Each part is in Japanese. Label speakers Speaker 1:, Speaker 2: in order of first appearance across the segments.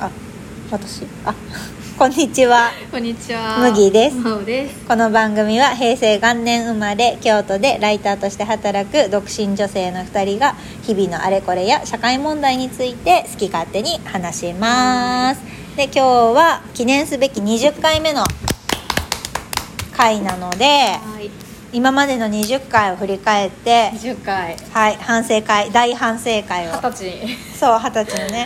Speaker 1: 私こんにちは。
Speaker 2: こんにちは。
Speaker 1: 麦です。
Speaker 2: 真央です。
Speaker 1: この番組は平成元年生まれ、京都でライターとして働く独身女性の2人が日々のあれこれや社会問題について好き勝手に話します。で、今日は記念すべき20回目の回なので、
Speaker 2: はい。
Speaker 1: 今までの20回を振り返って
Speaker 2: 20回。
Speaker 1: はい、大反省会を
Speaker 2: 20歳。
Speaker 1: そう20歳のね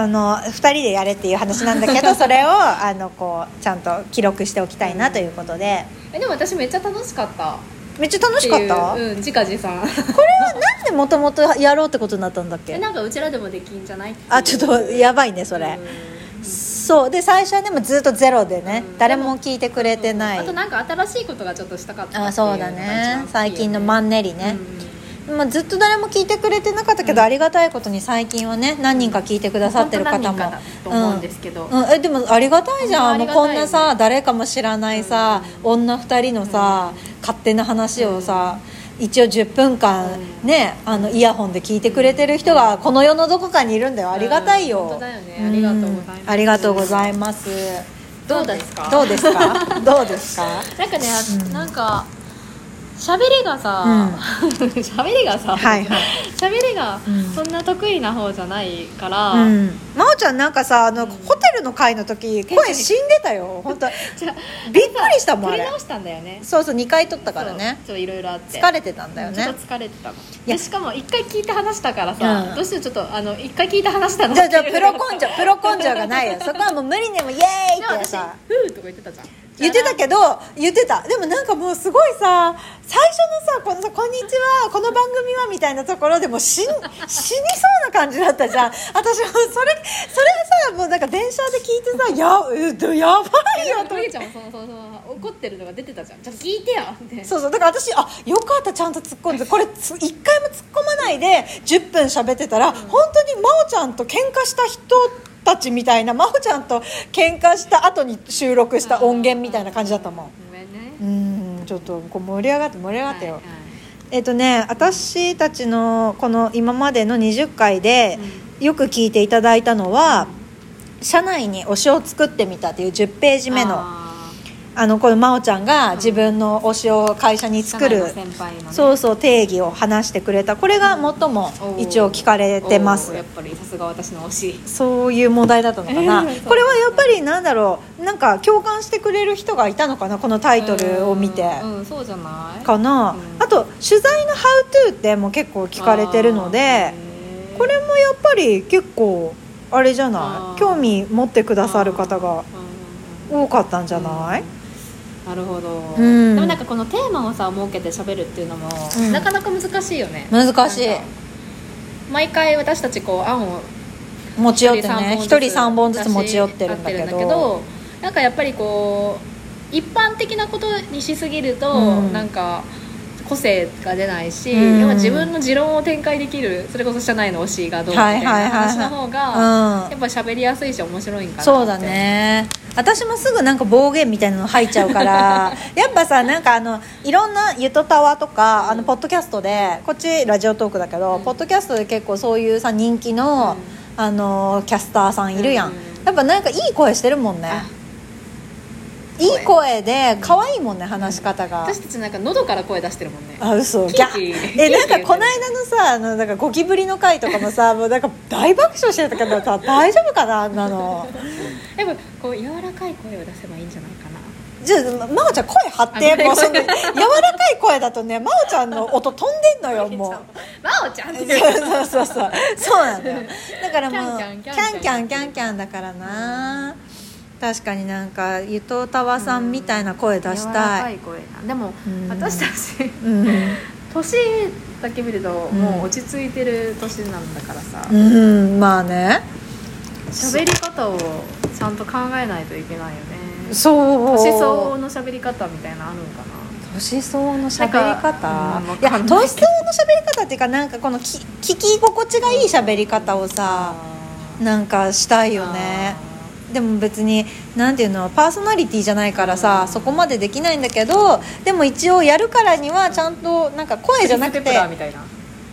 Speaker 1: 2人でやれっていう話なんだけどそれをこうちゃんと記録しておきたいなということで、
Speaker 2: でも私めっちゃ楽しかった
Speaker 1: めっちゃ楽しかった。
Speaker 2: 自画自賛。
Speaker 1: これはなんでもともとやろうってことになったんだっけ。
Speaker 2: なんかうちらでもできんじゃない。
Speaker 1: ちょっとやばいねそれ。そうで最初はでもずっとゼロでね、誰も聞いてくれてない。
Speaker 2: あとなんか新しいことがちょっとしたかったっていう
Speaker 1: そうだね、最近のマンネリね、ずっと誰も聞いてくれてなかったけど、ありがたいことに最近はね何人か聞いてくださってる方も
Speaker 2: と思うんですけど、
Speaker 1: でもありがたいじゃん、もうこんなさ誰かも知らないさ、女2人のさ、勝手な話をさ、一応10分間ね、イヤホンで聞いてくれてる人がこの世のどこかにいるんだよ。ありがたいよ。
Speaker 2: 本当だよね。ありがとうございます。
Speaker 1: ありがとうございます。
Speaker 2: どうですか。
Speaker 1: どうですか。どうですか。
Speaker 2: なんかね、なんか喋りがさ、喋りがそんな得意な方じゃないから、
Speaker 1: 真央ちゃんなんかさホテルの会の時声死んでたよ本当。びっくりしたもん。あれ
Speaker 2: 撮り直したんだよね。
Speaker 1: そう2回撮ったからね。
Speaker 2: そういろいろあって
Speaker 1: 疲れてたんだよね。
Speaker 2: ちょっと疲れてたの。でしかも1回聞いて話したからさ、どうしてもちょっと1回聞いて話したの。
Speaker 1: じゃあプロ根性がないよ。そこはもう無理でもイエーイってさ
Speaker 2: フーとか言ってたじゃん。
Speaker 1: 言ってたけどでもなんかもうすごいさ、最初のさこんにちはこの番組はみたいなところでも死にそうな感じだったじゃん。私もそれさ、もうなんか電車で聞いてさやばいよと。
Speaker 2: 麦ちゃんもそ怒ってるのが出てたじゃん。ちょっと聞いてよって。
Speaker 1: そうだから私よかったちゃんと突っ込んで、これ1回も突っ込まないで10分喋ってたら、本当に真央ちゃんと喧嘩した人たちみたいな、真央ちゃんと喧嘩した後に収録した音源みたいな感じだったもん。
Speaker 2: ごめんね。
Speaker 1: ちょっとこう盛り上がってよ。私たちのこの今までの20回でよく聞いていただいたのは、社内に推しを作ってみたっていう10ページ目のこの真央ちゃんが自分の推しを会社に作る、そう定義を話してくれた。これが最も一応聞かれてます。
Speaker 2: やっぱりさすが私の推し。
Speaker 1: そういう問題だったのかな。これはやっぱりなんか共感してくれる人がいたのかな、このタイトルを見て。
Speaker 2: そうじゃない
Speaker 1: かな。あと取材の How to っても結構聞かれてるので、これもやっぱり結構あれじゃない、興味持ってくださる方が多かったんじゃない。
Speaker 2: なるほど。でもなんかこのテーマをさ設けて喋るっていうのも、なかなか難しいよね。
Speaker 1: 難しい。
Speaker 2: 毎回私たちこう案を
Speaker 1: 持ち寄ってね、1人3本ずつ持ち寄ってるんだけど、
Speaker 2: なんかやっぱりこう一般的なことにしすぎると、なんか個性が出ないし、自分の持論を展開できる、それこそ社内の推しがどうみたいな話の方がやっぱ喋りやすいし面白いんかなって。
Speaker 1: そうだね。私もすぐなんか暴言みたいなの入っちゃうからやっぱさ、なんかいろんなゆとたわとかポッドキャストで、こっちラジオトークだけど、ポッドキャストで結構そういうさ人気の、キャスターさんいるやん。やっぱなんかいい声してるもんね。いい声で可愛いもんね、話し方が。
Speaker 2: 私たちなんか喉から声出してるもんね。
Speaker 1: 嘘。なんかこの間のさなんかゴキブリの回とかもさもうなんか大爆笑してたけどさ、大丈夫かな、あんなの。
Speaker 2: やっぱこう柔らかい声を出せばいいんじゃないかな。
Speaker 1: じゃあ真央ちゃん声張って。もう柔らかい声だとね、真央ちゃんの音飛んでんのよもう。
Speaker 2: 真央ちゃんって
Speaker 1: そうなんだよ。だからもうキャンキャンだからな。確かになんかゆとたわさんみたいな声出したい。
Speaker 2: でも私たち年だけ見るともう落ち着いてる年なんだからさ、
Speaker 1: まあね、
Speaker 2: 喋り方をちゃんと考えないといけないよね。
Speaker 1: そう、
Speaker 2: 年相応の喋り方みたいなのあるのかな。
Speaker 1: 年相応の喋り方、いや年相応の喋り方っていうか、なんかこの聞き心地がいい喋り方をさなんかしたいよね。でも別になんていうの、パーソナリティじゃないからさ、そこまでできないんだけど、でも一応やるからにはちゃんとなんか声じゃなくて、
Speaker 2: みたいな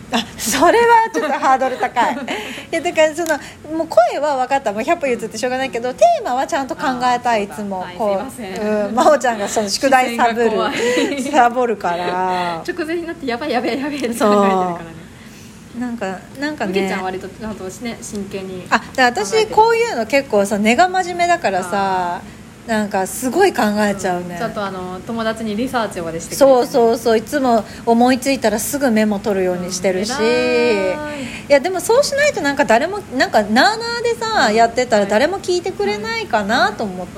Speaker 1: それはちょっとハードル高いいやだからもう声は分かった、もう100歩譲ってしょうがないけどテーマはちゃんと考えたい、いつもこう、
Speaker 2: すいません、
Speaker 1: 真央ちゃんがその宿題サボるから
Speaker 2: 直前になってやばいって考えてるからね。
Speaker 1: なんかね、
Speaker 2: むけちゃんは割とちゃんとね真剣に
Speaker 1: で私こういうの結構さ根が真面目だからさ、なんかすごい考えちゃうね、
Speaker 2: ちょっと友達にリサーチまでしてくれて、
Speaker 1: ね、そういつも思いついたらすぐメモ取るようにしてるし、いやでもそうしないとなんか誰もなんかなーなーでさ、やってたら誰も聞いてくれないかなと思って、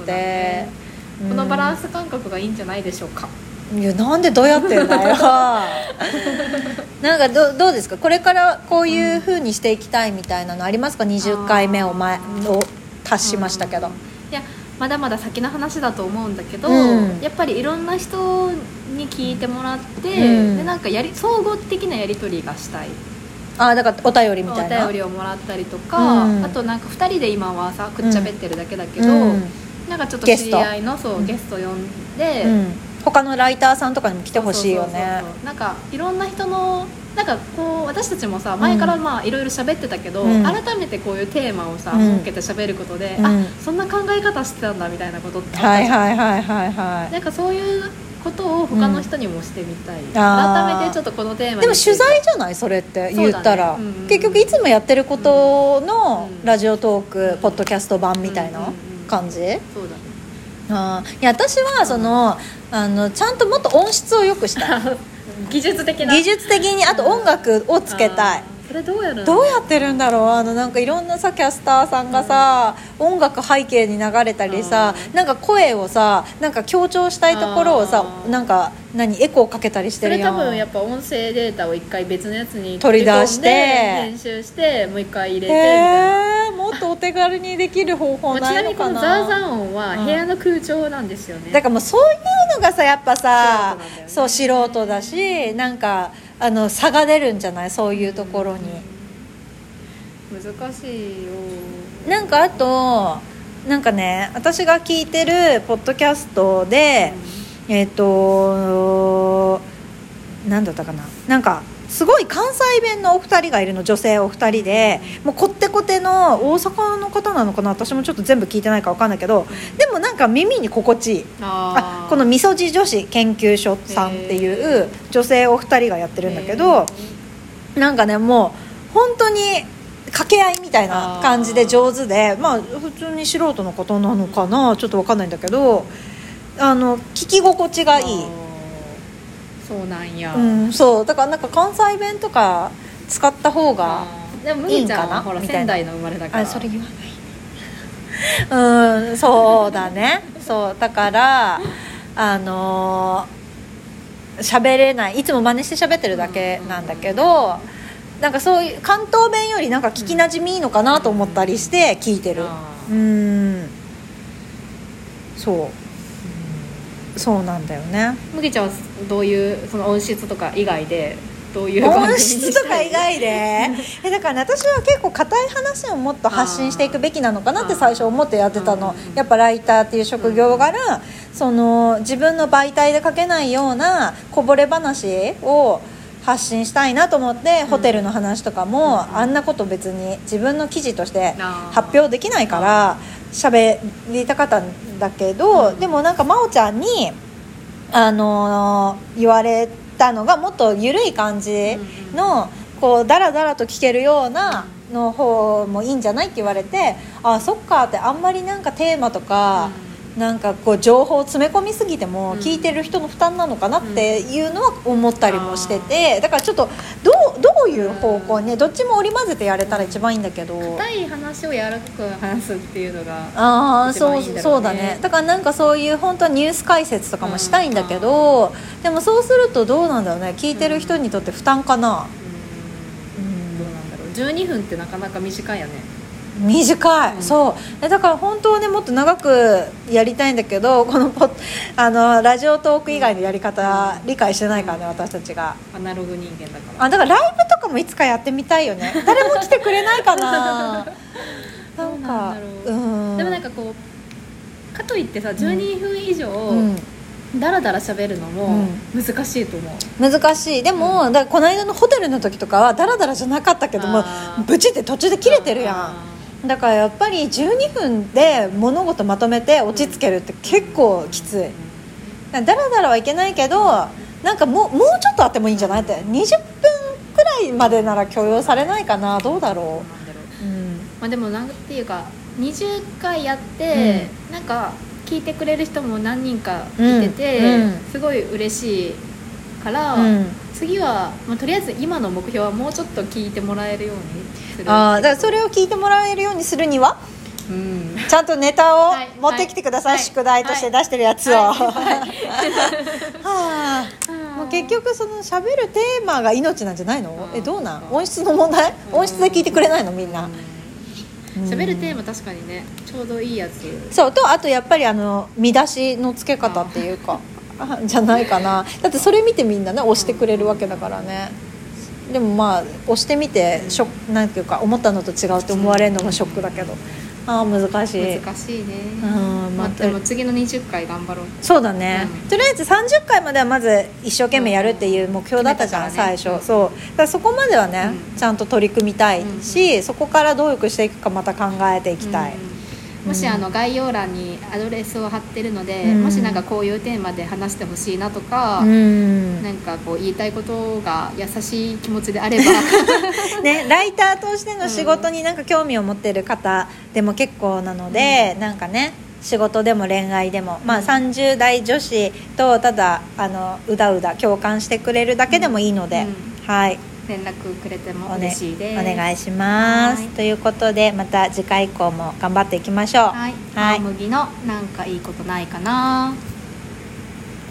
Speaker 2: このバランス感覚がいいんじゃないでしょうか。
Speaker 1: いやなんでどうやってんだよなんかどうですか、これからこういう風にしていきたいみたいなのありますか。20回目を達しましたけど、
Speaker 2: いやまだまだ先の話だと思うんだけど、やっぱりいろんな人に聞いてもらって、でなんか総合的なやり取りがしたい。
Speaker 1: だからお便りみたいな
Speaker 2: お便りをもらったりとか、あとなんか2人で今はさくっちゃべってるだけだけど、なんかちょっと知り合いのゲスト呼んで、
Speaker 1: 他のライターさんとかにも来てほしいよね。
Speaker 2: なんかいろんな人のなんかこう私たちもさ前からまあいろいろ喋ってたけど、改めてこういうテーマをさ設けて喋ることで、そんな考え方してたんだみたいなことってあったじゃん。なんかそういうことを他の人にもしてみたい、改めてちょっとこのテーマに。
Speaker 1: でも取材じゃないそれって言ったら、結局いつもやってることのラジオトーク、ポッドキャスト版みたいな感じ。
Speaker 2: そうだね。
Speaker 1: いや私はちゃんともっと音質を良くしたい
Speaker 2: 技術的
Speaker 1: に、あと音楽をつけたい。
Speaker 2: それどうや
Speaker 1: ってるんだろう。なんかいろんなさキャスターさんがさ、音楽背景に流れたりさ、なんか声をさなんか強調したいところをさなんかエコーかけたりしてるやん。
Speaker 2: それ多分やっぱ音声データを一回別のやつに
Speaker 1: 取り出して
Speaker 2: 編集してもう一回入れてみたいな。
Speaker 1: もっとお手軽にできる方法ないのかな。
Speaker 2: ちなみにこのザーザー音は部屋の空調なんですよね。
Speaker 1: だからもうそういうのがさやっぱさそう素人だし、なんか差が出るんじゃない、そういうところに。
Speaker 2: 難しいよ。
Speaker 1: なんかあとなんかね、私が聞いてるポッドキャストで、なんだったかな、なんかすごい関西弁のお二人がいるの、女性お二人で、もうこってこての大阪の方なのかな、私もちょっと全部聞いてないから分かんないけど、でもなんか耳に心地いい。このみそじ女子研究所さんっていう女性お二人がやってるんだけど、なんかねもう本当に掛け合いみたいな感じで上手で、まあ普通に素人の方なのかな、ちょっと分かんないんだけど、聞き心地がいい。
Speaker 2: そうなんや、
Speaker 1: そうだからなんか関西弁とか使った方が
Speaker 2: でも麦ちゃんはほら仙台の生まれだから。
Speaker 1: それ言わないそうだねそうだから喋れない、いつも真似して喋ってるだけなんだけど、なんかそういう関東弁よりなんか聞きなじみいいのかなと思ったりして聞いてる。そうなんだよね。
Speaker 2: 麦ちゃんはどういうその音質とか以外でどういう番組にしたい？
Speaker 1: 音質とか以外でだから、ね、私は結構硬い話をもっと発信していくべきなのかなって最初思ってやってたの。やっぱライターっていう職業柄、その自分の媒体で書けないようなこぼれ話を発信したいなと思って、ホテルの話とかも、あんなこと別に自分の記事として発表できないから喋りたかったんだけど、でもなんか真央ちゃんに言われたのが、もっと緩い感じのこうダラダラと聞けるようなの方もいいんじゃないって言われて、そっかって、あんまりなんかテーマとか、なんかこう情報を詰め込みすぎても聞いてる人の負担なのかなっていうのは思ったりもしてて、だからちょっとどういう方向に、どっちも織り交ぜてやれたら一番いいんだけど、
Speaker 2: 硬い話を柔らかく話すっていうのが一番いいんだろうね。
Speaker 1: そうだね。だからなんかそういう本当はニュース解説とかもしたいんだけど、でもそうするとどうなんだろうね、聞いてる人にとって負担かな。
Speaker 2: どうなんだろう。12分ってなかなか短いよね。
Speaker 1: 短い、そうだから本当はねもっと長くやりたいんだけど、このラジオトーク以外のやり方、理解してないからね、私たちが
Speaker 2: アナログ人間だから。
Speaker 1: だからライブとかもいつかやってみたいよね。誰も来てくれないかななんか
Speaker 2: でもなんかこうかといってさ、12分以上だらだら喋るのも難しいと思う、
Speaker 1: 難しい。でも、だからこの間のホテルの時とかはだらだらじゃなかったけどもブチって途中で切れてるやん。だからやっぱり12分で物事まとめて落ち着けるって結構きつい。だらだらはいけないけど、なんかもうちょっとあってもいいんじゃないって、20分くらいまでなら許容されないかな。どうだろう。
Speaker 2: まあ、でもなんていうか20回やって、なんか聞いてくれる人も何人かいてて、すごい嬉しいから、次は、まあ、とりあえず今の目標はもうちょっと聞いてもらえるようにする。
Speaker 1: だからそれを聞いてもらえるようにするには、ちゃんとネタを持ってきてください、宿題として出してるやつを。もう結局その喋るテーマが命なんじゃないの？どうなん？音質の問題？音質で聞いてくれないのみんな。
Speaker 2: 喋るテーマ確かにね、ちょうどいいやつ。
Speaker 1: そうと、あとやっぱり見出しの付け方っていうかじゃないかな。だってそれ見てみんなね押してくれるわけだからね。でもまあ押してみてなんていうか思ったのと違うって思われるのがショックだけど、難しいね。
Speaker 2: でも次の20回頑張ろう。
Speaker 1: そうだね、とりあえず30回まではまず一生懸命やるっていう目標だったじゃん、最初。そうだからそこまではね、ちゃんと取り組みたいし、そこからどうよくしていくかまた考えていきたい。
Speaker 2: もし概要欄にアドレスを貼ってるので、もしなんかこういうテーマで話してほしいなとか、なんかこう言いたいことが優しい気持ちであれば
Speaker 1: ね、ライターとしての仕事になんか興味を持ってる方でも結構なので、なんかね、仕事でも恋愛でも、まあ、30代女子とただうだうだ共感してくれるだけでもいいので、はい、
Speaker 2: 連絡くれても嬉しいです。
Speaker 1: お願いします。ということでまた次回以降も頑張っていきましょう。
Speaker 2: 青麦のなんかいいことないかな。